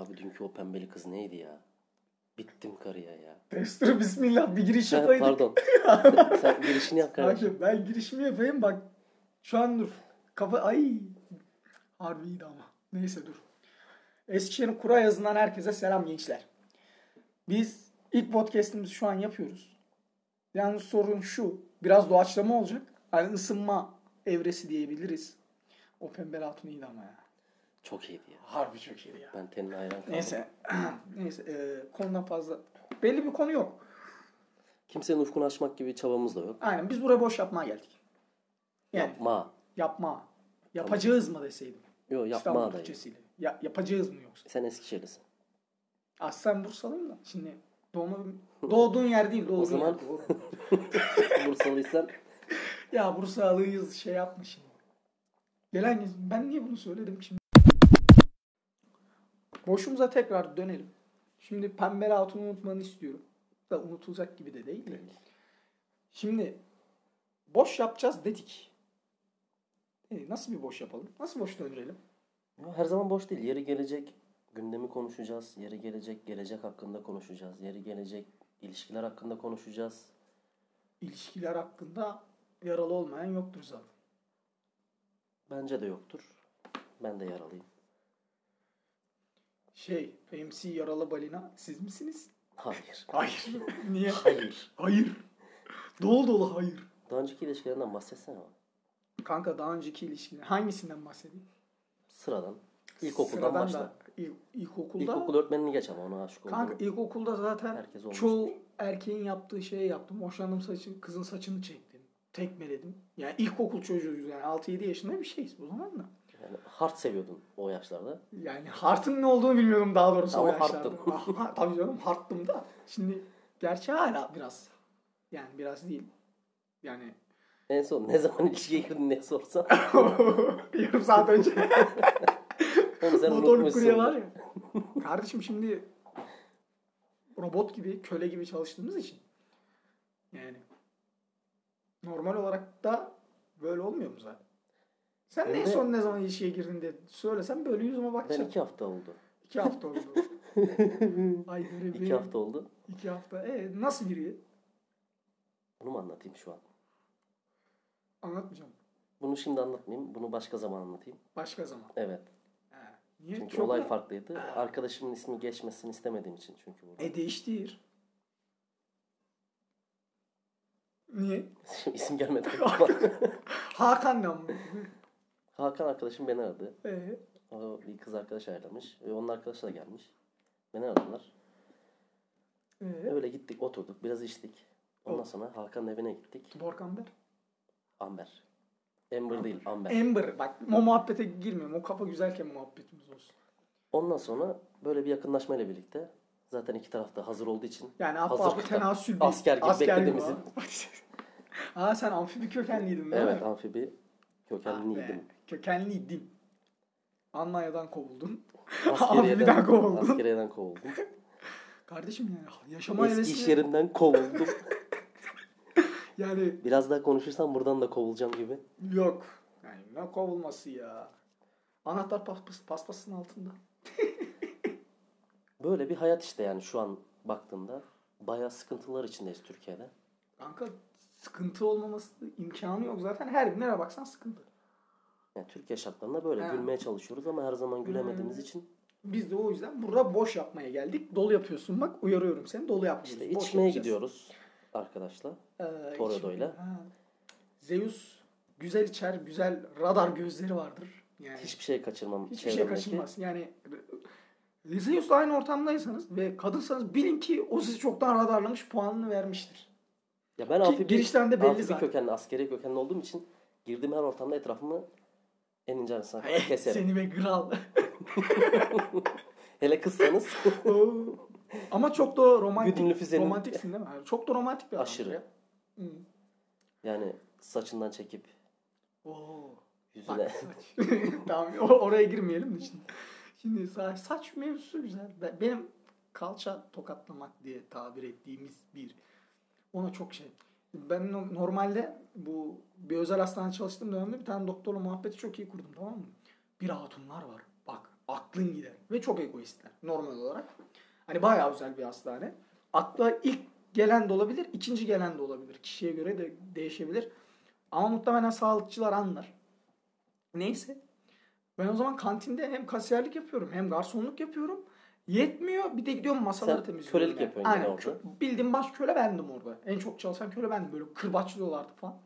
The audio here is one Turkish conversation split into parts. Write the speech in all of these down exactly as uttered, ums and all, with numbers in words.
Abi dünkü o pembeli kız neydi ya? Bittim karıya ya. Destur bismillah bir giriş Ha, yapaydık. pardon. sen, sen girişini yap kardeşim. Kanka ben girişimi yapayım bak. Şu an dur. Kafa ay. Harbiydi ama. Neyse dur. Eskişehir'in Kura Yazı'ndan herkese selam gençler. Biz ilk podcast'imizi şu an yapıyoruz. Yalnız sorun şu. Biraz doğaçlama olacak. Hani ısınma evresi diyebiliriz. O pembe hatun iyiydi ama ya. Çok iyiydi ya. Harbi çok iyiydi ya. Ben tenine hayran kaldım. Neyse. Neyse. E, konudan fazla. Belli bir konu yok. Kimsenin ufkunu açmak gibi çabamız da yok. Aynen. Biz buraya boş yapmaya geldik. Yani, Yapma. Yapma. Yapacağız mı deseydim. Yok yapma İstanbul da Türkçesiyle. Ya, yapacağız mı yoksa? Sen Eskişehirlisin. Aslen Bursalıyım da. Şimdi doğma, doğduğun yer değil. Doğduğun O zaman yer. Bursalıysan Ya Bursalıyız şey yapma şimdi. Gelen gez- ben niye bunu söyledim şimdi? Boşumuza tekrar dönelim. Şimdi Pembe Hatun'u unutmanı istiyorum. Da unutulacak gibi de değil de. Şimdi boş yapacağız dedik. E, nasıl bir boş yapalım? Nasıl boş döndürelim? her zaman boş değil. Yeri gelecek gündemi konuşacağız. Yeri gelecek gelecek hakkında konuşacağız. Yeri gelecek ilişkiler hakkında konuşacağız. İlişkiler hakkında yaralı olmayan yoktur zaten. Bence de yoktur. Ben de yaralıyım. Şey, M C Yaralı Balina siz misiniz? Hayır. Hayır. Niye? Hayır. Hayır. Dolu dolu hayır. Daha önceki ilişkilerinden bahsetsene ama. Kanka daha önceki ilişkiler hangisinden bahsedeyim? Sıradan. İlkokuldan Sıradan başla. da, ilk, ilkokulda. İlkokul öğretmenini geç ama ona aşık oldum. Kanka ilkokulda zaten Herkes olmuştur. çoğu erkeğin yaptığı şeyi yaptım. Hoşlandım saçın, kızın saçını çektim. Tekmeledim. Yani ilkokul çocuğuyuz yani altı yedi yaşında bir şeyiz bu zaman da. Yani hard seviyordun o yaşlarda. Yani hartın ne olduğunu bilmiyorum daha doğrusu Ama o yaşlarda. harttın. Ah, ha, tabii canım harttım da. Şimdi gerçi hala biraz. Yani biraz değil. Yani En son ne zaman ilişkiye girdin ne sorsan. yarım saat önce. Onu sen Motorlu kurye unutmuşsun. var ya. Kardeşim şimdi robot gibi, köle gibi çalıştığımız için yani normal olarak da böyle olmuyor mu zaten? Sen Ben en de- son ne zaman ilişkiye girdin de söylesen böyle yüzüme Ben bakacaksın. iki hafta oldu. İki hafta oldu. Ay garibim. İki hafta oldu. İki hafta. E, nasıl biri? Bunu mu anlatayım şu an? Anlatmayacağım. Bunu şimdi anlatmayayım. Bunu başka zaman anlatayım. Başka zaman. Evet. He. Niye? Çünkü Çok olay mu- farklıydı. Ha. Arkadaşımın ismi geçmesini istemediğim için çünkü burada. E değiştir. Niye? Şimdi isim gelmedi. Hakan'la mı? Hakan arkadaşım beni aradı. E, O bir kız arkadaş ayarlamış. Ve onun arkadaşı da gelmiş. Beni aradılar. e, Öyle gittik oturduk. Biraz içtik. Ondan Oh. sonra Hakan'ın evine gittik. Borkan Ber. Amber. Amber değil Amber. Amber. Bak o muhabbete girmiyorum. O kafa güzelken muhabbetimiz olsun. Ondan sonra böyle bir yakınlaşmayla birlikte zaten iki tarafta hazır olduğu için Yani Abbas hazır abi tutan, tenasül bir asker gibi beklediğimizin. Aa sen amfibi kökenliydin değil Evet mi? amfibi Ah kökenliydim. be, kökenliydin. Almanya'dan kovuldun. Askeriyeden, Amfibiden kovuldun. askeriyeden kovuldum. Kardeşim yani yaşama Eski hevesini... iş yerinden kovuldum. Yani Biraz daha konuşursam buradan da kovulacağım gibi. yok. Yani ne kovulması ya. Anahtar paspas, paspasın altında. Böyle bir hayat işte yani şu an baktığında. Bayağı sıkıntılar içindeyiz Türkiye'de. Kanka sıkıntı olmaması imkanı yok. Zaten her nereye baksan sıkıntı. Yani Türkiye şartlarında böyle He. gülmeye çalışıyoruz ama her zaman gülemediğimiz Hmm. için Biz de o yüzden burada boş yapmaya geldik. Dolu yapıyorsun bak uyarıyorum seni. Dolu yapmıyoruz. işte Boş içmeye yapacağız. gidiyoruz arkadaşlar. Ee, Toredo'yla. içmeye, ha. Zeus güzel içer, güzel radar gözleri vardır. Yani Hiçbir şey kaçırmam. hiçbir şey çevremdeki. kaçınmaz. Yani Zeus'la aynı ortamdaysanız ve kadınsanız bilin ki o sizi çoktan radarlamış, puanını vermiştir. Ya ben Ki amfibi, girişten de belli amfibi zaten. kökenli, askeri kökenli olduğum için girdiğim her ortamda etrafımı en ince arasına kadar Eh, keserim. Seni ve kral. Hele kızsanız Oo. Ama çok da romantik. Güdümlü füzenin- Romantiksin değil mi? Çok da romantik bir adamdır Aşırı. ya. Hı. yani saçından çekip Oo. yüzüne Bak, saç. Tamam o- oraya girmeyelim de şimdi. Şimdi saç, saç mevzusu güzel. Ben- Benim kalça tokatlamak diye tabir ettiğimiz bir. Ona çok şey. Ben no- normalde bu bir özel hastanede çalıştığım dönemde bir tane doktorla muhabbeti çok iyi kurdum tamam mı? Bir hatunlar var. Bak aklın gider. Ve çok egoistler normal olarak. Hani bayağı özel bir hastane. Akla ilk gelen de olabilir, ikinci gelen de olabilir. Kişiye göre de değişebilir. Ama muhtemelen sağlıkçılar anlar. Neyse. Ben o zaman kantinde hem kasiyerlik yapıyorum hem garsonluk yapıyorum. Yetmiyor. Bir de gidiyorum masaları Sen temizliyorum. kölelik yani. yapıyorsun Aynen. gene orada. Kö- bildiğim baş köle bendim orada. En çok çalışan köle bendim. Böyle kırbaçlıyorlardı falan.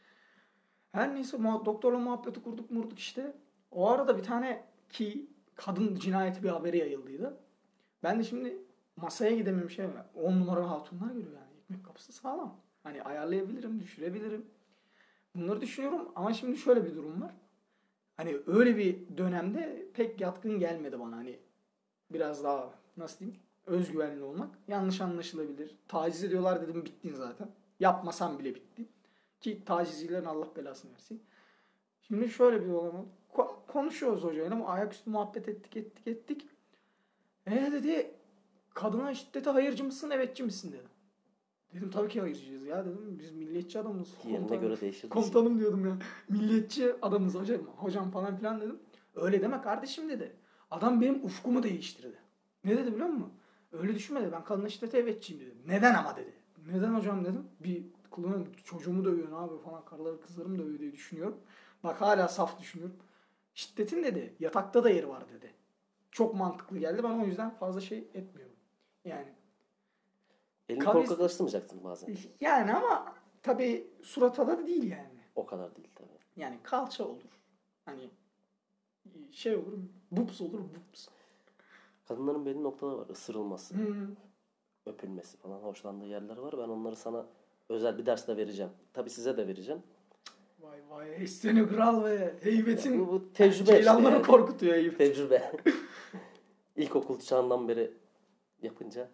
Her neyse muha- doktorla muhabbeti kurduk murduk işte. O arada bir tane ki kadın cinayeti bir haberi yayıldıydı. Ben de şimdi masaya gidemiyorum şey mi? on numara hatunlar görüyor yani. Ekmek kapısı sağlam. Hani ayarlayabilirim, düşürebilirim. Bunları düşünüyorum ama şimdi şöyle bir durum var. Hani öyle bir dönemde pek yatkın gelmedi bana. Hani biraz daha nasıl diyeyim özgüvenli olmak. Yanlış anlaşılabilir. Taciz ediyorlar dedim bittin zaten. Yapmasam bile bittin. Ki tacizcilerin Allah belasını versin. Şimdi şöyle bir olan oldu. Ko- konuşuyoruz hocayla ama ayaküstü muhabbet ettik ettik ettik. E dedi kadına şiddete hayırcı mısın evetçi misin dedi. Dedim tabii ki hayırcıyız ya dedim. Biz milliyetçi adamız. Yerine Komutanım, göre değişir. komutanım diyordum ya. Milliyetçi adamız hocam. Hocam falan filan dedim. Öyle deme kardeşim dedi. Adam benim ufkumu değiştirdi. Ne dedi biliyor musun? Öyle düşünme dedi. Ben kadına şiddete evetçiyim dedi. Neden ama dedi. Neden hocam dedim. Bir kullanıyorum çocuğumu dövüyor ne yapıyor falan. Karıları kızlarımı dövüyor diye düşünüyorum. Bak hala saf düşünüyorum. Şiddetin dedi yatakta da yeri var dedi. Çok mantıklı geldi. Ben o yüzden fazla şey etmiyorum. Yani Elini Kavis- korkak alıştırmayacaksın bazen. yani ama tabii surata da değil yani. O kadar değil tabii. Yani kalça olur. Hani şey olur, bups olur, bups. Kadınların belli noktaları var. Isırılması, Hmm. öpülmesi falan hoşlandığı yerler var. Ben onları sana özel bir derste vereceğim. Tabii size de vereceğim. Vay vay, seni kral ve heybetin Bu, bu tecrübe işte ceylanları yani. korkutuyor heybet. Tecrübe. İlkokul çağından beri yapınca.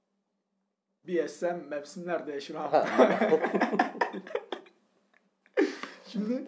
B S M mevsimlerde yaşır abi. Şimdi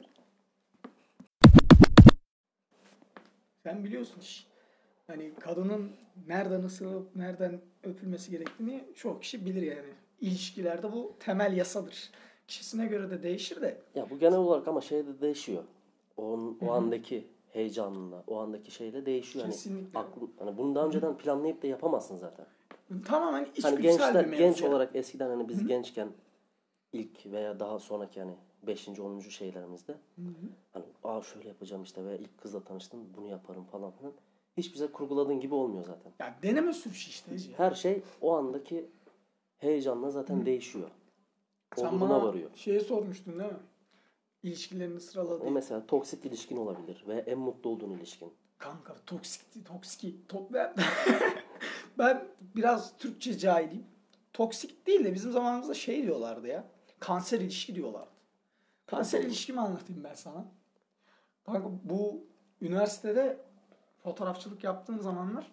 sen biliyorsun iş. Hani kadının nereden ısırılıp nereden öpülmesi gerektiğini çok kişi bilir yani. İlişkilerde bu temel yasadır. Kişisine göre de değişir de. Ya bu genel olarak ama şeyde değişiyor. O, o andaki heyecanla, o andaki şeyle değişiyor. Kesinlikle. Hani aklın, hani bunu daha önceden planlayıp da yapamazsın zaten. Tamamen Hani içgüdüsel gençler bir mevzu. genç yani. olarak eskiden hani biz Hı-hı. gençken ilk veya daha sonraki hani beşinci onuncu şeylerimizde Hı-hı. hani aa şöyle yapacağım işte veya ilk kızla tanıştım bunu yaparım falan filan. Hiçbir şey kurguladığın gibi olmuyor zaten. Ya deneme sürüşü işte. Hacı. Her şey o andaki heyecanla zaten Hı. değişiyor. Sen Olduğuna bana varıyor. şeyi sormuştun değil mi? İlişkilerini sırala O diye. mesela toksik ilişkin olabilir ve en mutlu olduğun ilişkin. Kanka toksik, toksik, to ben, ben biraz Türkçe cahiliyim. Toksik değil de bizim zamanımızda şey diyorlardı ya. Kanser ilişki diyorlardı. Kanser Doğru. ilişkimi anlatayım ben sana. Kanka bu üniversitede fotoğrafçılık yaptığım zamanlar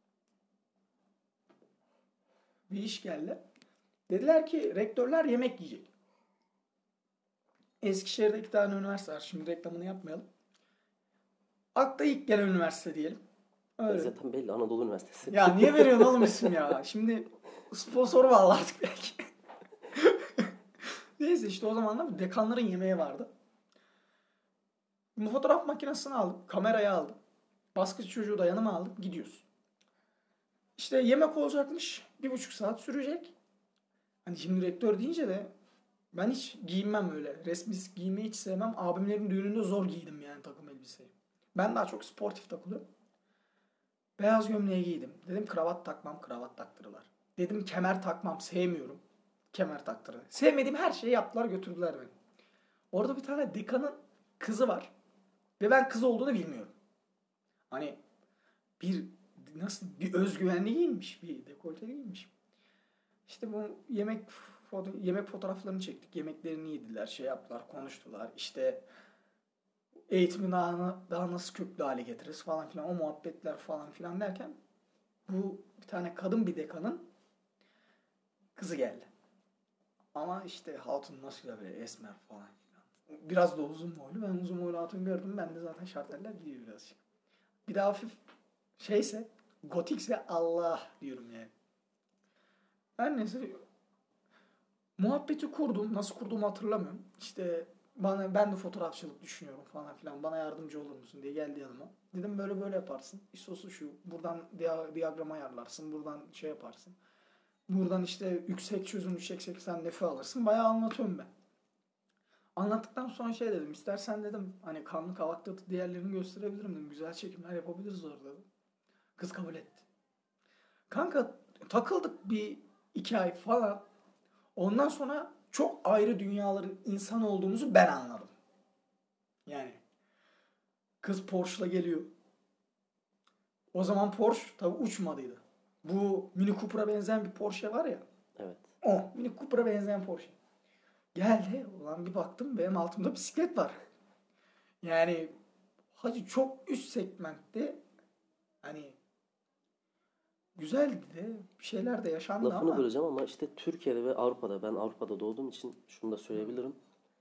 bir iş geldi. Dediler ki rektörler yemek yiyecek. Eskişehir'de iki tane üniversite var. Şimdi reklamını yapmayalım. Akla ilk gelen üniversite diyelim. Öyle. Zaten belli Anadolu Üniversitesi. Ya niye veriyorsun oğlum isim ya? Şimdi sponsor bağlı artık belki. Neyse işte o zamanlar dekanların yemeği vardı. Bir fotoğraf makinesini aldım. Kamerayı aldım. Baskıcı çocuğu da yanıma aldım. Gidiyoruz. İşte yemek olacakmış. Bir buçuk saat sürecek. Hani şimdi rektör deyince de ben hiç giyinmem öyle. Resmi giyinmeyi hiç sevmem. Abimlerin düğününde zor giydim yani takım elbiseyi. Ben daha çok sportif takılıyorum. Beyaz gömleği giydim. Dedim kravat takmam, kravat taktırırlar. Dedim kemer takmam, sevmiyorum. Kemer taktırırlar. Sevmediğim her şeyi yaptılar, götürdüler beni. Orada bir tane dekanın kızı var. Ve ben kız olduğunu bilmiyorum. Hani bir nasıl bir özgüvenli giyinmiş, bir dekolte giyinmiş. İşte bu yemek foto- yemek fotoğraflarını çektik. Yemeklerini yediler, şey yaptılar, konuştular. İşte eğitimi daha, daha nasıl köklü hale getiririz falan filan. O muhabbetler falan filan derken bu bir tane kadın bir dekanın kızı geldi. Ama işte hatun nasıl ya böyle esmer falan filan. Biraz da uzun boylu. Ben uzun boylu hatun gördüm. Ben de zaten şarteller gidiyor birazcık. Bir de hafif şeyse gotikse Allah diyorum yani. Her neyse muhabbeti kurdum. Nasıl kurduğumu hatırlamıyorum. İşte bana ben de fotoğrafçılık düşünüyorum falan filan. Bana yardımcı olur musun diye geldi yanıma. Dedim böyle böyle yaparsın. İstosu şu. Buradan dia- diyagram ayarlarsın. Buradan şey yaparsın. Buradan işte yüksek çözünürlük, yüksek seksen nefi alırsın. Bayağı anlatıyorum ben. Anlattıktan sonra şey dedim. İstersen dedim hani kanlı kavakta diğerlerini gösterebilirim dedim. Güzel çekimler yapabiliriz orada dedim. Kız kabul etti. Kanka takıldık bir iki ay falan. Ondan sonra çok ayrı dünyaların insan olduğumuzu ben anladım. Yani kız Porsche'la geliyor. O zaman Porsche tabii uçmadıydı. Bu Mini Cooper'a benzeyen bir Porsche var ya. Evet. O Mini Cooper'a benzeyen Porsche. Geldi. Ulan bir baktım benim altımda bisiklet var. Yani hacı çok üst segmentte hani güzeldi de bir şeyler de yaşandı Lafını ama böleceğim ama işte Türkiye'de ve Avrupa'da, ben Avrupa'da doğduğum için şunu da söyleyebilirim.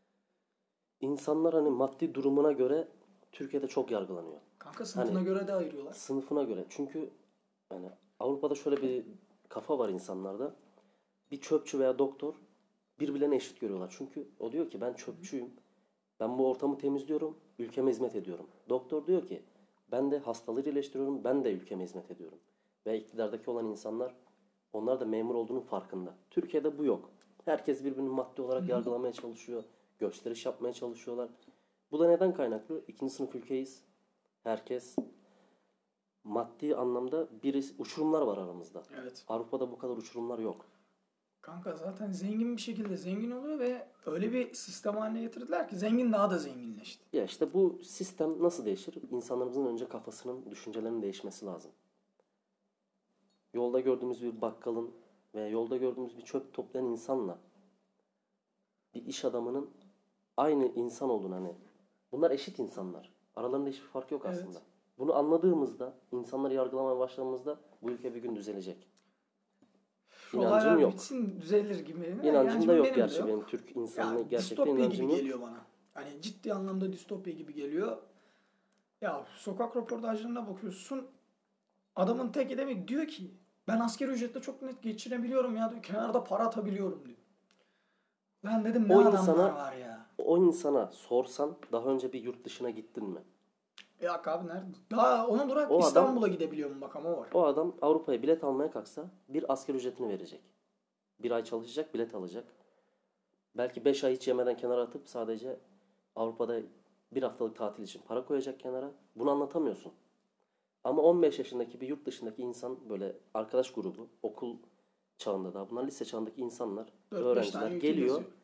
İnsanlar hani maddi durumuna göre Türkiye'de çok yargılanıyor. kanka sınıfına Hani göre de ayırıyorlar. sınıfına göre. Çünkü yani Avrupa'da şöyle bir kafa var insanlarda. Bir çöpçü veya doktor birbirlerine eşit görüyorlar. Çünkü o diyor ki ben çöpçüyüm. Ben bu ortamı temizliyorum. Ülkeme hizmet ediyorum. Doktor diyor ki ben de hastaları iyileştiriyorum. Ben de ülkeme hizmet ediyorum. Ve iktidardaki olan insanlar, onlar da memur olduğunun farkında. Türkiye'de bu yok. Herkes birbirini maddi olarak yargılamaya çalışıyor. Gösteriş yapmaya çalışıyorlar. Bu da neden kaynaklı? İkinci sınıf ülkeyiz. Herkes maddi anlamda bir uçurumlar var aramızda. Evet. Avrupa'da bu kadar uçurumlar yok. Kanka zaten zengin bir şekilde zengin oluyor ve öyle bir sistem haline getirdiler ki zengin daha da zenginleşti. Ya işte bu sistem nasıl değişir? İnsanlarımızın önce kafasının, düşüncelerinin değişmesi lazım. Yolda gördüğümüz bir bakkalın veya yolda gördüğümüz bir çöp toplayan insanla bir iş adamının aynı insan olduğunu, hani bunlar eşit insanlar. Aralarında hiçbir fark yok Evet. aslında. Bunu anladığımızda, insanları yargılamaya başladığımızda bu ülke bir gün düzelecek. Şu İnancım olaylar yok. bitsin düzelir gibi. İnancım Yani da yok benim de gerçi yok. benim Türk insanına Ya gerçekten distopya inancım gibi yok. geliyor bana. Hani ciddi anlamda distopya gibi geliyor. Ya sokak röportajlarına bakıyorsun. Adamın teki demek diyor ki ben asgari ücretle çok net geçinebiliyorum ya diyor. Kenarda para atabiliyorum diyor. Ben dedim ne O adamlar insana var ya. o insana sorsan daha önce bir yurt dışına gittin mi? Ya abi nerede? Daha ona durak O adam İstanbul'a gidebiliyorum bak ama o var. o adam Avrupa'ya bilet almaya kalksa bir asgari ücretini verecek. Bir ay çalışacak, bilet alacak. Belki beş ay hiç yemeden kenara atıp sadece Avrupa'da bir haftalık tatil için para koyacak kenara. Bunu anlatamıyorsun. Ama on beş yaşındaki bir yurt dışındaki insan, böyle arkadaş grubu, okul çağında da, bunlar lise çağındaki insanlar, dört beş tane öğrenciler ülke geliyor geziyor.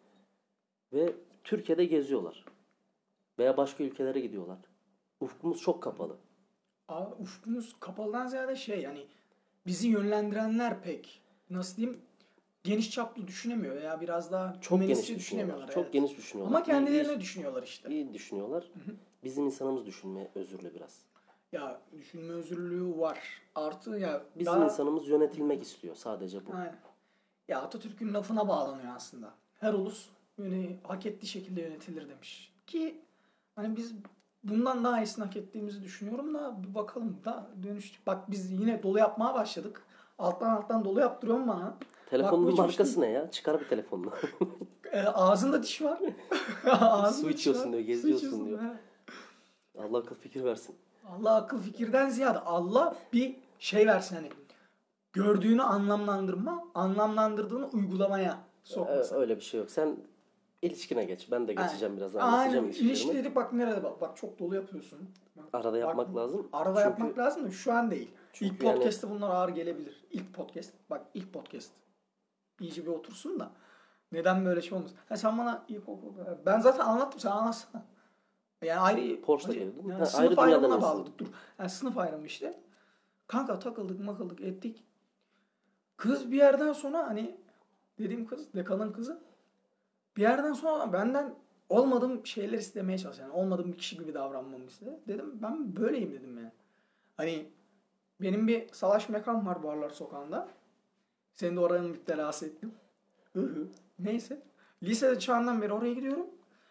ve Türkiye'de geziyorlar. Veya başka ülkelere gidiyorlar. Ufkumuz çok kapalı. Abi ufkumuz kapalıdan ziyade şey yani bizi yönlendirenler pek nasıl diyeyim geniş çaplı düşünemiyor veya biraz daha Çok hümanistçe geniş düşünüyorlar. düşünemiyorlar. Çok Evet. geniş düşünüyorlar. Ama kendilerine İyi, iyi, düşünüyorlar işte. iyi düşünüyorlar. Bizim insanımız düşünmeye özürlü biraz. Ya düşünme özürlüğü var. Artı ya Bizim daha insanımız yönetilmek istiyor. Sadece bu. aynen. Ya Atatürk'ün lafına bağlanıyor aslında. Her ulus yöne, hak ettiği şekilde yönetilir demiş. Ki hani biz bundan daha iyisini hak ettiğimizi düşünüyorum da bir bakalım da dönüş. Bak biz yine dolu yapmaya başladık. Alttan alttan dolu yaptırıyorum bana. Telefonun Bakmaya markası çalıştım. ne ya? Çıkar bir telefonunu. E, ağzında diş var. Ağzında Su diş içiyorsun var. diyor, Su geziyorsun içiyorsun, diyor. he. Allah akıl fikir versin. Allah akıl fikirden ziyade Allah bir şey versin hani. Gördüğünü anlamlandırma, anlamlandırdığını uygulamaya Ee, sokması. öyle bir şey yok. Sen ilişkine geç. Ben de geçeceğim biraz. Aynen. Anlatacağım İlişki ilişkilerimi. dedik bak nerede bak. Bak çok dolu yapıyorsun. Bak, Arada bak, yapmak lazım. Arada Çünkü- yapmak lazım da şu an değil. Çünkü İlk yani- podcast'te bunlar ağır gelebilir. İlk podcast. Bak ilk podcast. İyice bir otursun da. Neden böyle şey olmaz? Ha sen bana ilkokul... Ben zaten anlattım sen anlatsana. Yani ayrı... Porsche'la Hacı, geldin. Yani Ha, sınıf ayrı dünyadan ayrımına insan. bağladık. Dur. Yani sınıf ayrımı işte. Kanka takıldık makıldık ettik. Kız bir yerden sonra hani dediğim kız dekanın kızı bir yerden sonra benden olmadığım şeyler istemeye çalışıyor. Yani olmadığım bir kişi gibi davranmamı istedi. Dedim ben böyleyim dedim yani. Hani benim bir salaş mekan var Barlar Sokağı'nda. Seni de oranın müptelası ettim. Hı hı. Neyse. Lisede çağından beri oraya gidiyorum.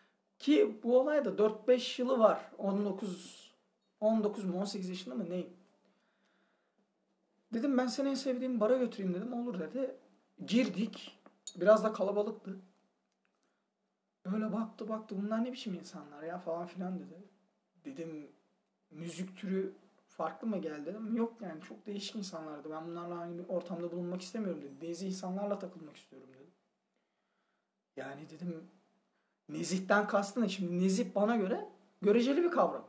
Ki bu olayda dört beş yılı var. on dokuz on dokuz mu on sekiz yaşında mı neyim? Dedim ben seni en sevdiğim bara götüreyim dedim. Olur dedi. Girdik. Biraz da kalabalıktı. Öyle baktı baktı bunlar ne biçim insanlar ya falan filan dedi. Dedim müzik türü farklı mı geldi dedim. Yok yani çok değişik insanlardı. Ben bunlarla aynı bir ortamda bulunmak istemiyorum dedi. Nezih insanlarla takılmak istiyorum dedi. Yani dedim nezihten kastın ne? Şimdi nezih bana göre göreceli bir kavram.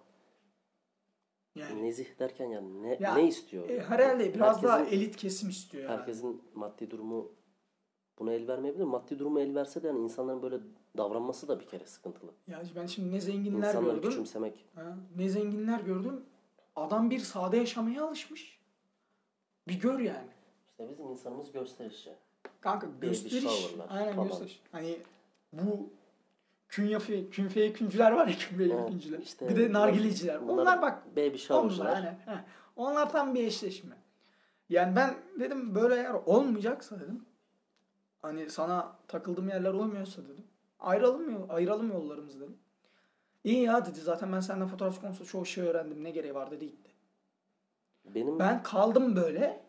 Yani Nezih derken yani ne, ya, ne istiyor? E, herhalde biraz Herkesin, daha elit kesim istiyor yani. Herkesin maddi durumu buna el vermeyebilir. Maddi durumu el verse de yani insanların böyle davranması da bir kere sıkıntılı. Ya ben şimdi ne zenginler İnsanları gördüm. küçümsemek. Ha, ne zenginler gördüm. Adam bir sade yaşamaya alışmış. Bir gör yani. İşte bizim insanımız gösterişçi. Kanka gösteriş. Aynen falan. gösteriş. Hani bu künyefe, künfeye küncüler var ya künyefeye Evet, küncüler. işte bir de nargileciler. bunlar Onlar bak. baby shower'lar. Onlar, aynen. Heh. Onlar tam bir eşleşme. Yani ben dedim böyle eğer olmayacaksa dedim. Hani sana takıldığım yerler olmuyorsa dedim. Ayrılalım, ayıralım yollarımızı dedim. İyi ya dedi. Zaten ben senden fotoğraf konusunda çoğu şey öğrendim. Ne gereği var dedi gitti. Benim Ben kaldım böyle.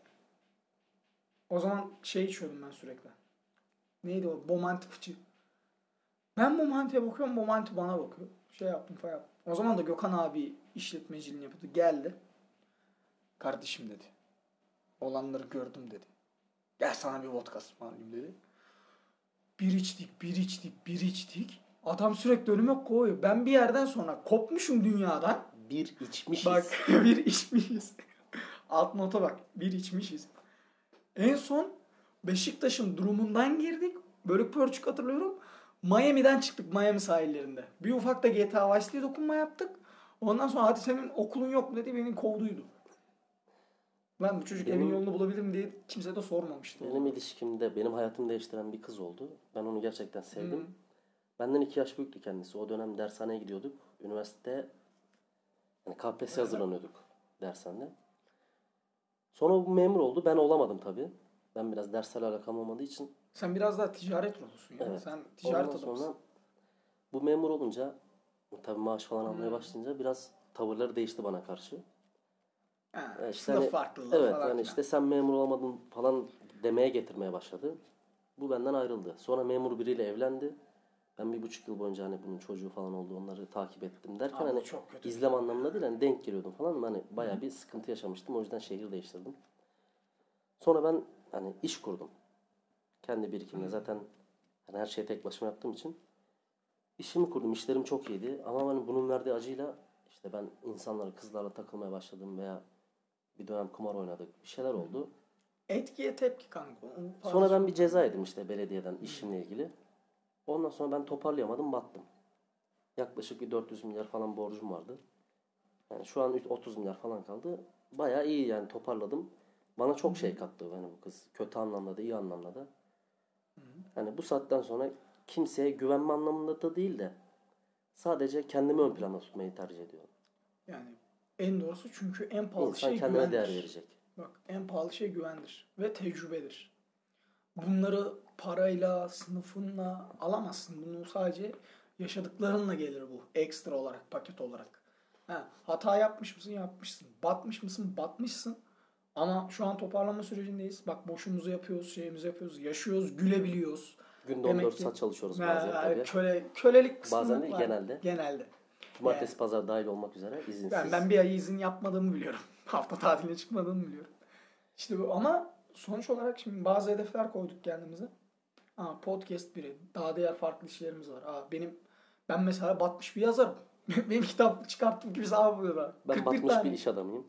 O zaman şey içiyordum ben sürekli. Neydi o? Bomanti fıçı. Ben Bomanti'ye bakıyorum. Bomanti bana bakıyor. Şey yaptım falan yaptım. O zaman da Gökhan abi işletmeciliğini yapıyordu. Geldi. Kardeşim dedi. Olanları gördüm dedi. Gel sana bir vodka ısmarlayayım dedi. Bir içtik, bir içtik, bir içtik. Adam sürekli önüme koyuyor. Ben bir yerden sonra kopmuşum dünyadan. bir içmişiz. Bak bir içmişiz. Alt nota bak. Bir içmişiz. En son Beşiktaş'ın durumundan girdik. Bölük pörçük hatırlıyorum. Miami'den çıktık Miami sahillerinde. Bir ufak da G T A Vice City'ye dokunma yaptık. Ondan sonra hadi senin okulun yok mu dedi beni kovduydu. Ben bu çocuk Benim- evin yolunu bulabilir mi diye kimse de sormamıştı. Benim ilişkimde, benim hayatımı değiştiren bir kız oldu. Ben onu gerçekten sevdim. Hı. Benden iki yaş büyüktü kendisi. O dönem dershaneye gidiyorduk. Üniversite yani K P S S hazırlanıyorduk dershanede. Sonra bu memur oldu. Ben olamadım tabii. Ben biraz derslerle alakam olmadığı için. Sen biraz daha ticaret ruhlusun ya. Evet. Sen ticaret Ondan adamısın. sonra bu memur olunca tabii maaş falan almaya Hmm. başlayınca biraz tavırları değişti bana karşı. Ha, Evet, işte sınıf hani- farklılığı Evet falan. yani filan. işte sen memur olamadın falan demeye getirmeye başladı. Bu benden ayrıldı. Sonra memur biriyle evlendi. Ben bir buçuk yıl boyunca hani bunun çocuğu falan oldu onları takip ettim derken Abi hani çok kötü. izlem anlamında değil hani denk geliyordum falan. Hani bayağı bir sıkıntı yaşamıştım. O yüzden şehir değiştirdim. Sonra ben hani iş kurdum. Kendi birikimle zaten hani her şeyi tek başıma yaptığım için işimi kurdum. İşlerim çok iyiydi. Ama hani bunun verdiği acıyla işte ben insanlara, kızlarla takılmaya başladım veya bir dönem kumar oynadık. Bir şeyler oldu. Etkiye tepki kanka. Onun Sonra ben parası bir yok. ceza yedim işte belediyeden işimle ilgili. Ondan sonra ben toparlayamadım, battım. Yaklaşık bir dört yüz milyar falan borcum vardı. Yani şu an otuz milyar falan kaldı. Bayağı iyi yani toparladım. Bana çok şey kattı yani bu kız. Kötü anlamda da iyi anlamda da. Yani bu saatten sonra kimseye güvenme anlamında da değil de sadece kendimi ön plana tutmayı tercih ediyorum. Yani en doğrusu çünkü en pahalı İnsan şey kendine güvendir. değer verecek. Bak en pahalı şey güvendir ve tecrübedir. Bunları parayla, sınıfınla alamazsın. Bunu sadece yaşadıklarınla gelir bu. Ekstra olarak, paket olarak. Ha, hata yapmış mısın? Yapmışsın. Batmış mısın? Batmışsın. Ama şu an toparlanma sürecindeyiz. Bak boşumuzu yapıyoruz, şeyimizi yapıyoruz, yaşıyoruz, gülebiliyoruz. Günde Demek on dört ki- saat çalışıyoruz Ha, bazen tabii. Köle, kölelik kısmı Bazen değil, var. genelde. Genelde. Cumartesi, Yani- pazar dahil olmak üzere izinsiz. Ben, ben bir ay izin yapmadığımı biliyorum. Hafta tatiline çıkmadığımı biliyorum. İşte bu ama sonuç olarak şimdi bazı hedefler koyduk kendimize. Aa, podcast biri. Daha diğer farklı işlerimiz var. Aa, benim ben mesela batmış bir yazarım. Benim kitap çıkarttım gibi sahibi burada. Ben kırk bir batmış tane. bir iş adamıyım.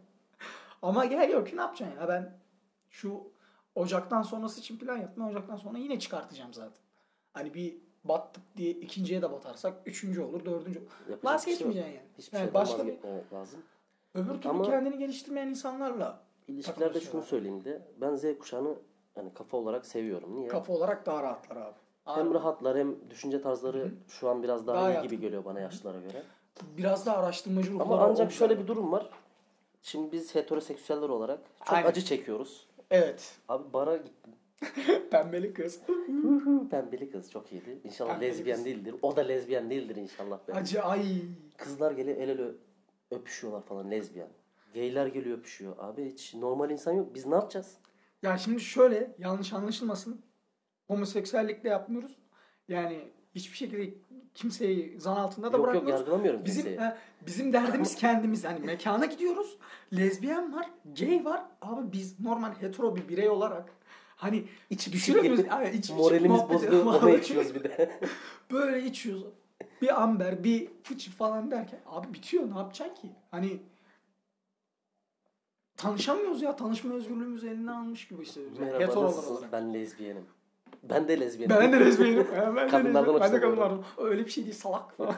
Ama gel yok ki ne yapacaksın ya ben şu Ocak'tan sonrası için plan yaptım. Ocak'tan sonra yine çıkartacağım zaten. Hani bir battık diye ikinciye de batarsak üçüncü olur, dördüncü olur. Yapacak bir şey yok. Vazgeçmeyeceksin yani. Hiçbir Yani şeyden başka bir vazgeçmemek lazım. öbür türlü Ama- kendini geliştirmeyen insanlarla İlişkilerde takılıyorsun şunu abi. söyleyeyim de ben Z kuşağını yani kafa olarak seviyorum. Niye? kafa olarak daha rahatlar abi. Hem Abi, rahatlar hem düşünce tarzları şu an biraz daha, Daha iyi yatkın. gibi geliyor bana yaşlılara göre. biraz daha araştırmacı ruhları Ama ancak o şöyle güzel. bir durum var. Şimdi biz heteroseksüeller olarak çok Aynen. acı çekiyoruz. Evet. Abi bara gittim. Pembeli kız. Pembeli kız çok iyiydi. İnşallah Pembeli lezbiyen kız. değildir. O da lezbiyen değildir inşallah. Be. Acı ay. Kızlar geliyor el ele öpüşüyorlar falan lezbiyen. Geyler geliyor öpüşüyor. Abi hiç normal insan yok. Biz ne yapacağız? Ya şimdi şöyle yanlış anlaşılmasın. Homoseksüellikle yapmıyoruz. Yani Hiçbir şekilde kimseyi zan altında da Yok yok bırakmıyoruz. yargılamıyorum Bizim kimseyi. e, bizim derdimiz kendimiz. Hani mekana gidiyoruz. Lezbiyen var, gay var. Abi biz normal hetero bir birey olarak hani İçip düşüremiyoruz. içip Yani içip içip moralimiz muhabbet bozdu. ediyoruz. Ona içiyoruz bir de. Böyle içiyoruz. Bir amber, bir fıçı falan derken abi bitiyor. Ne yapacaksın ki? Hani tanışamıyoruz ya. Tanışma özgürlüğümüzü eline almış gibi hissediyoruz. Yani Merhaba heterolar nasılsınız? olarak. Ben lezbiyenim. Ben de lezbiyenim. Ben de lezbiyenim. Ha, ben de Kadınlardan lezbiyenim. Ben de hoşlanıyorum. kadınlardan. Öyle bir şey değil salak falan.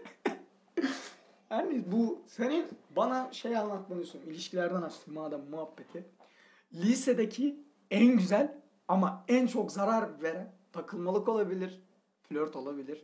Yani bu senin bana şey anlatmanı istiyorum. İlişkilerden açtık madem muhabbeti. Lisedeki en güzel ama en çok zarar veren takılmalık olabilir, flört olabilir.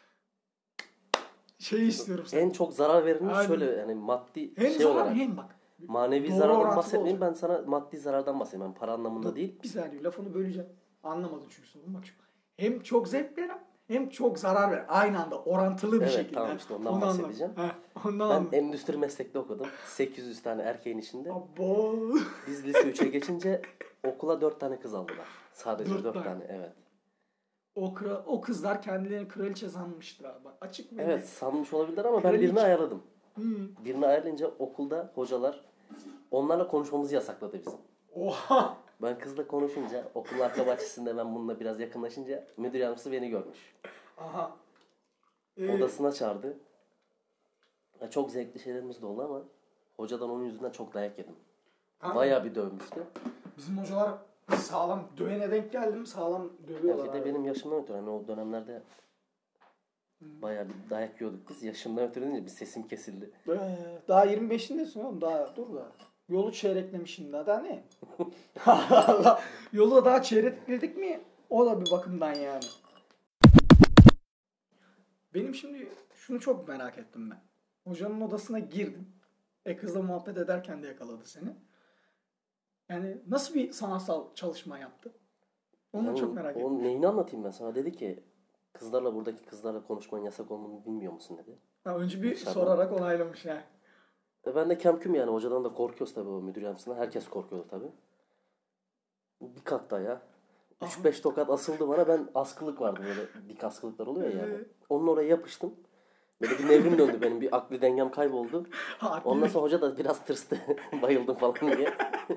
Şey istiyorum En senden. çok zarar verini Aynen. şöyle yani maddi Hem şey zarar olarak. hem bak. Manevi Doğru zarardan orantılı bahsetmeyeyim. olacak. Ben sana maddi zarardan bahsedeyim. Yani para anlamında Dur, değil. bir saniye lafını böleceğim. Anlamadın çünkü sorun bak şu. Hem çok zevk veren hem çok zarar veren. Aynı anda orantılı bir Evet, şekilde. tamam işte ondan Onu bahsedeceğim. anladım. Heh, ondan Ben anladım. endüstri meslekte okudum. sekiz yüz tane erkeğin içinde. Abo. Biz lise üçe geçince okula dört tane kız aldılar. Sadece Dört dört tane. tane. Evet. O, kra- o kızlar kendilerini kraliçe sanmıştır abi. Bak, açık ve Evet net. sanmış olabilirler ama ben Kraliçe. birini ayarladım. Hmm. Birini ayarlayınca okulda hocalar onlarla konuşmamızı yasakladı bizim. Oha. Ben kızla konuşunca okulun arka bahçesinde ben bununla biraz yakınlaşınca müdür yardımcısı beni görmüş. Aha. Ee, Odasına çağırdı. Ya çok zevkli şeylerimiz de oldu ama hocadan onun yüzünden çok dayak yedim. Kanka, Bayağı bir dövmüştü. bizim hocalar sağlam dövene denk geldim sağlam Ya dövüyorlar. bir de abi. benim yaşımdan ötürü hani o dönemlerde bayağı bir dayak yiyorduk biz. Yaşımdan ötürü deyince bir sesim kesildi. Ee, daha yirmi beşindesin oğlum daha dur da. Yolu çeyreklemişsin daha, daha ne? Yolu daha çeyrekledik mi? O da bir bakımdan yani. Benim şimdi şunu çok merak ettim ben. Hocanın odasına girdin. E kızla muhabbet ederken de yakaladı seni. Yani nasıl bir sanatsal çalışma yaptı? Onu Yani çok merak ettim. onun neyini anlatayım ben sana? Dedi ki kızlarla buradaki kızlarla konuşmanın yasak olduğunu bilmiyor musun dedi. Ha, önce bir Dışarıdan. sorarak onaylamış yani. E ben de kemküm yani hocadan da korkuyoruz tabii o müdür yardımcısından. Herkes korkuyordu tabii. Bir kalktı ayağa. üç beş tokat asıldı bana. Ben askılık vardı böyle dik askılıklar oluyor ya yani. Evet. Onun oraya yapıştım. Böyle bir nevrim döndü benim. Bir akli dengem kayboldu. Ondan sonra hoca da biraz tırstı. Bayıldım falan diye.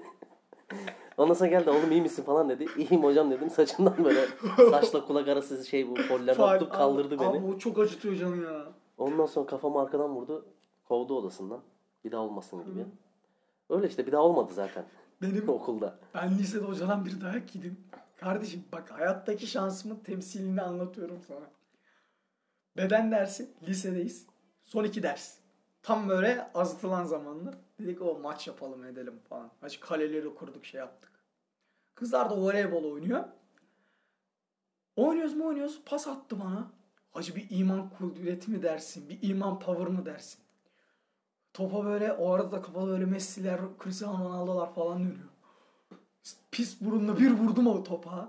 Ondan sonra geldi oğlum iyi misin falan dedi. İyiyim hocam dedim. Saçından böyle saçla kulak arası şey bu kollarını Faal- tutup kaldırdı abi, beni. Abi o çok acıtıyor canım ya. Ondan sonra kafamı arkadan vurdu. Kovdu odasından. Bir daha olmasın gibi. Öyle işte bir daha olmadı zaten. Benim Okulda. ben lisede hocadan bir dayak yedim. Kardeşim bak hayattaki şansımın temsilini anlatıyorum sana. Beden dersi lisedeyiz. Son iki ders. Tam böyle azıtılan zamanlı. Dedik o maç yapalım edelim falan. Hacı kaleleri kurduk şey yaptık. Kızlar da voleybol oynuyor. Oynuyoruz mu oynuyoruz. Pas attı bana. Hacı bir iman kudreti mi dersin? Bir iman power mı dersin? Topa böyle o arada da kafalı böyle Messi'ler, Cristiano Ronaldo'lar falan dönüyor. Pis burunla bir vurdum o topa.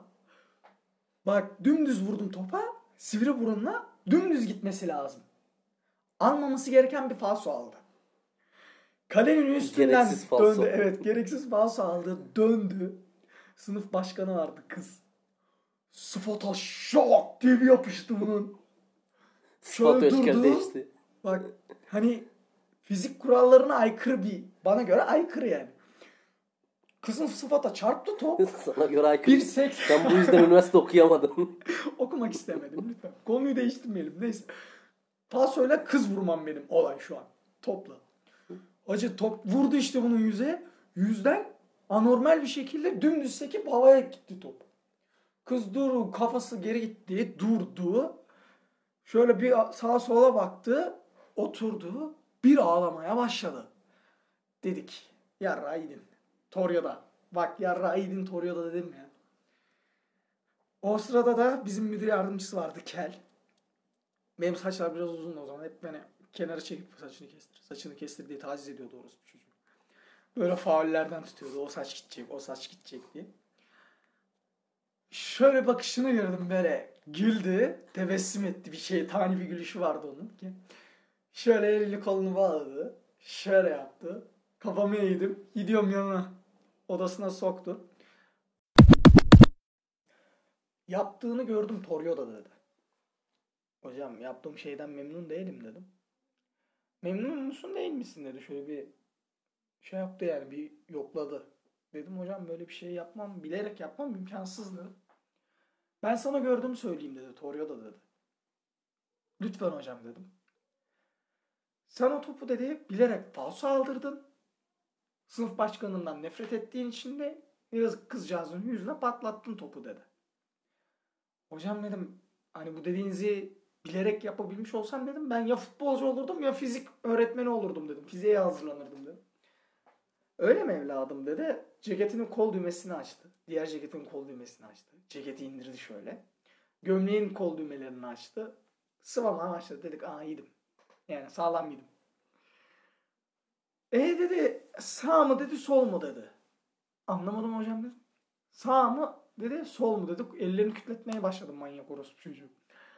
Bak dümdüz vurdum topa. Sivri burunla dümdüz gitmesi lazım. Almaması gereken bir falso aldı. Kalenin üstünden Gereksiz falso. döndü. Evet gereksiz falso aldı. Döndü. Sınıf başkanı vardı kız. Sıfata şok diye bir yapıştı bunun. Sıfat Şöyle öşkel durdu. değişti. Bak hani fizik kurallarına aykırı bir. Bana göre aykırı yani. Kızın sıfata çarptı top. Sana göre aykırı. bir seksen Sen bu yüzden üniversite okuyamadın. Okumak istemedim lütfen. Konuyu değiştirmeyelim. Neyse. Pasoyla kız vurmam benim olay şu an. Topla. Acı top vurdu işte bunun yüze. Yüzden anormal bir şekilde dümdüz sekip havaya gitti top. Kız dur kafası geri gitti. Durdu. Şöyle bir sağa sola baktı. Oturdu. Bir ağlamaya başladı. Dedik. Yarra idin. Toryo'da. Bak yarra idin Toryo'da dedim ya. O sırada da bizim müdür yardımcısı vardı Kel. Benim saçlar biraz uzun o zaman. Hep beni kenara çekip saçını kestir. Saçını kestir diye taciz ediyordu orası çocuğu. Böyle faullerden tutuyordu. O saç gidecek, o saç gidecek diye. Şöyle bakışını gördüm böyle. Güldü. Tebessüm etti. Bir şey, tani bir gülüşü vardı onun ki. Şöyle elini kolunu bağladı. Şöyle yaptı. Kafamı eğdim. Gidiyorum yanına. Odasına soktu. Yaptığını gördüm Toryo'da dedi. hocam yaptığım şeyden memnun değilim dedim. Memnun musun değil misin dedi. Şöyle bir şey yaptı yani bir yokladı. Dedim hocam böyle bir şey yapmam, bilerek yapmam imkansız dedim. Ben sana gördüğümü söyleyeyim dedi. Torio'da dedi. Lütfen hocam dedim. Sen o topu dedi bilerek falso aldırdın. Sınıf başkanından nefret ettiğin için de yazık kızcağızın yüzüne patlattın topu dedi. Hocam dedim hani bu dediğinizi bilerek yapabilmiş olsam dedim ben ya futbolcu olurdum ya fizik öğretmeni olurdum dedim. Fiziğe hazırlanırdım dedim. Öyle mi evladım dedi. Ceketinin kol düğmesini açtı. Diğer ceketinin kol düğmesini açtı. Ceketi indirdi şöyle. Gömleğin kol düğmelerini açtı. Sıvamaya başladı. Dedik aa yedim. Yani sağlam yedim. E dedi sağ mı dedi sol mu dedi. Anlamadım hocam dedim. Sağ mı dedi sol mu dedik. Ellerini kütletmeye başladım manyak orospu çocuğu.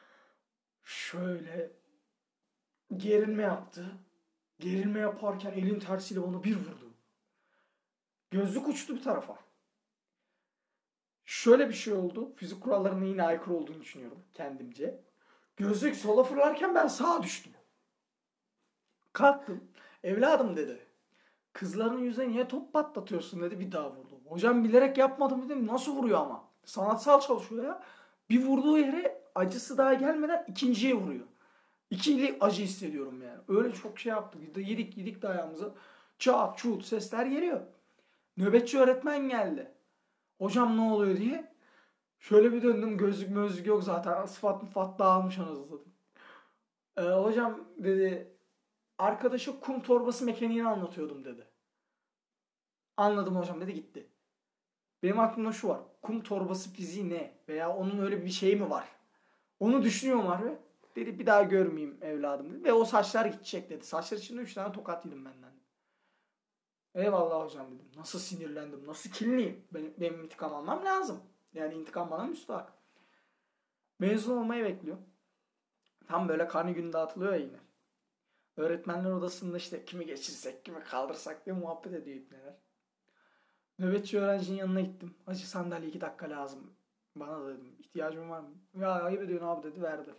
Şöyle gerilme yaptı. Gerilme yaparken elin tersiyle bana bir vurdu. Gözlük uçtu bir tarafa. Şöyle bir şey oldu. Fizik kurallarına yine aykırı olduğunu düşünüyorum kendimce. Gözlük sola fırlarken ben sağa düştüm. Kalktım. Evladım dedi. Kızların yüzüne niye top patlatıyorsun dedi. Bir daha vurdu. Hocam bilerek yapmadım dedim. Nasıl vuruyor ama? Sanatsal çalışıyor ya. Bir vurduğu yere acısı daha gelmeden ikinciye vuruyor. İkili acı hissediyorum yani. Öyle çok şey yaptık. Yedik yedik de ayağımıza. Çat çut sesler geliyor. Nöbetçi öğretmen geldi. Hocam ne oluyor diye. Şöyle bir döndüm. Gözlük mözlük yok zaten. Sıfat mıfat dağılmış anasını. Ee, hocam dedi. Arkadaşa kum torbası mekaniğini anlatıyordum dedi. Anladım hocam dedi gitti. Benim aklımda şu var. Kum torbası fiziği ne? Veya onun öyle bir şeyi mi var? Onu düşünüyorum abi. Dedi bir daha görmeyeyim evladım dedi. Ve o saçlar gidecek dedi. Saçlar içinde üç tane tokat yedim benden. Eyvallah hocam dedim. Nasıl sinirlendim. Nasıl kinliyim. Benim, benim intikam almam lazım. Yani intikam bana müstahak. Mezun olmayı bekliyor. Tam böyle karne günü dağıtılıyor ya yine. Öğretmenler odasında işte kimi geçirsek, kimi kaldırsak diye muhabbet ediyor ipneler. Nöbetçi öğrencinin yanına gittim. Hacı sandalye iki dakika lazım. Bana da dedim. İhtiyacım var mı? Ya ayıp ediyorsun abi dedi. Verdi.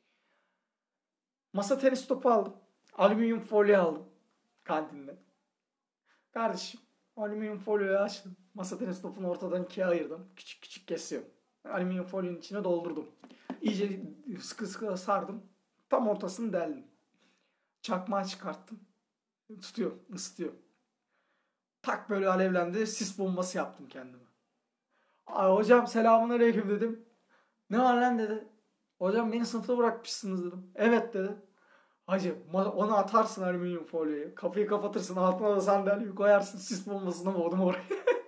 Masa tenis topu aldım. Alüminyum folyo aldım. Kantinden. Kardeşim alüminyum folyoyu açtım. Masa tenis topunu ortadan ikiye ayırdım. Küçük küçük kesiyorum. Alüminyum folyonun içine doldurdum. İyice sıkı sıkı sardım. Tam ortasını deldim. Çakmağı çıkarttım. Tutuyor, ısıtıyor. Tak böyle alevlendi. Sis bombası yaptım kendime. Ay hocam selamünaleyküm dedim. Ne var lan dedi. Hocam beni sınıfta bırakmışsınız dedim. Evet dedi. Hacı onu atarsın alüminyum folyoyu. Kapıyı kapatırsın altına da sandalyeyi koyarsın. Sis bombasına vurdum oraya.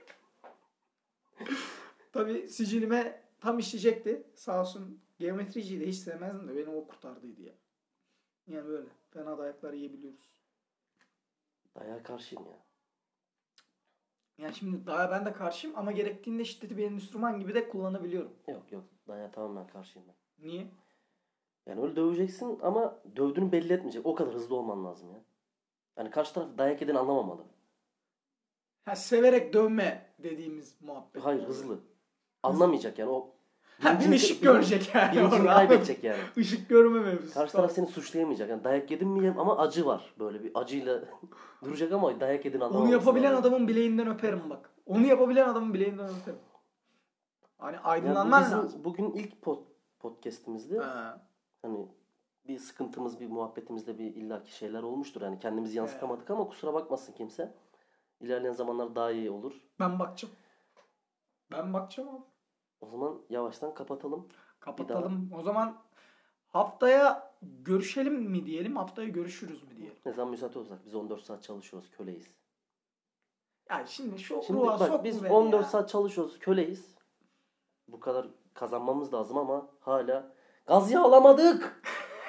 Tabii sicilime tam işleyecekti. Sağ olsun geometriciyi de hiç sevmezdim de beni o kurtardıydı ya. Yani böyle. Fena dayaklar yiyebiliyoruz. Dayağa karşıyım ya. Yani şimdi dayağa ben de karşıyım ama gerektiğinde şiddeti bir enstrüman gibi de kullanabiliyorum. Yok yok. Dayağa tamamen karşıyım ben. Niye? Yani öyle döveceksin ama dövdüğünü belli etmeyecek. O kadar hızlı olman lazım ya. Yani karşı taraf dayak yediğini anlamamalı. Ha severek dövme dediğimiz muhabbet. Hayır hızlı. Anlamayacak yani o. Ha bir ışık görecek yani. Bilincini kaybedecek yani. Işık görme mevzusu. Karşı taraf seni suçlayamayacak. Yani dayak yedin mi ama acı var. Böyle bir acıyla duracak ama dayak yediğini anlamaması. Onu yapabilen lazım. adamın bileğinden öperim bak. Onu yapabilen adamın bileğinden öperim. Hani aydınlanman yani lazım. Bugün ilk pod, podcast'imizde Ha. hani bir sıkıntımız, bir muhabbetimizde bir illaki şeyler olmuştur. Yani kendimizi yansıtamadık ama kusura bakmasın kimse. İlerleyen zamanlar daha iyi olur. Ben bakacağım. Ben bakacağım abi. O zaman yavaştan kapatalım. Kapatalım. O zaman haftaya görüşelim mi diyelim, haftaya görüşürüz mü diyelim. Ne zaman müsait olsak biz on dört saat çalışıyoruz, köleyiz. Yani şimdi şu Şimdi ruha bak sokma biz beni on dört ya. saat çalışıyoruz, köleyiz. Bu kadar kazanmamız lazım ama hala gaz yağı alamadık.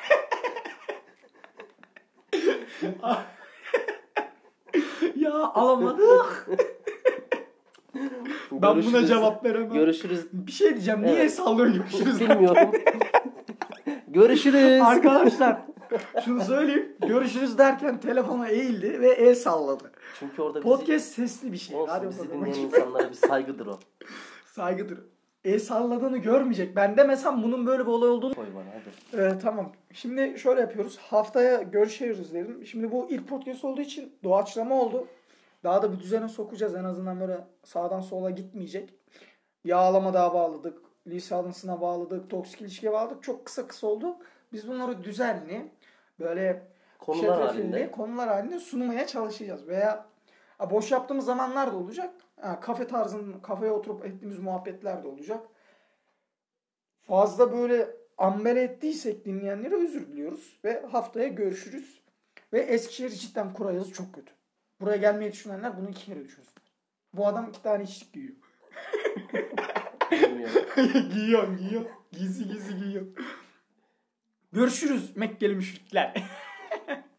Ya alamadık. Ben Görüşürüz. buna cevap veremem. Görüşürüz. Bir şey diyeceğim. Niye Evet. sallıyor görüşürüz? Bilmiyorum. Görüşürüz. Arkadaşlar şunu söyleyeyim. Görüşürüz derken telefona eğildi ve el salladı. Çünkü orada bizi, Podcast sesli bir şey. olsun, Hadi bizi bakalım. dinleyen insanlara bir saygıdır o. Saygıdır. el salladığını görmeyecek. Ben demesem bunun böyle bir olay olduğunu... Koy bana hadi. Ee, tamam. Şimdi şöyle yapıyoruz. Haftaya görüşürüz dedim. Şimdi bu ilk podcast olduğu için doğaçlama oldu. Daha da bir düzene sokacağız. En azından böyle sağdan sola gitmeyecek. Yağlama daha bağladık. Lisansına bağladık. Toksik ilişkiye bağladık. Çok kısa kısa oldu. Biz bunları düzenli böyle Konular şetrefilli halinde. konular halinde sunmaya çalışacağız. Veya ha, boş yaptığımız zamanlar da olacak. Ha, kafe tarzının kafeye oturup ettiğimiz muhabbetler de olacak. Fazla böyle ambele ettiysek dinleyenlere özür diliyoruz. Ve haftaya görüşürüz. Ve Eskişehir cidden kura yazı çok kötü. Buraya gelmeyi düşünenler bunu iki kere düşünsün. Bu adam iki tane içlik giyiyor. Bilmiyorum. giyiyor, giyiyor. Gizli gizli giyiyor. Görüşürüz Mekkeli müşrikler.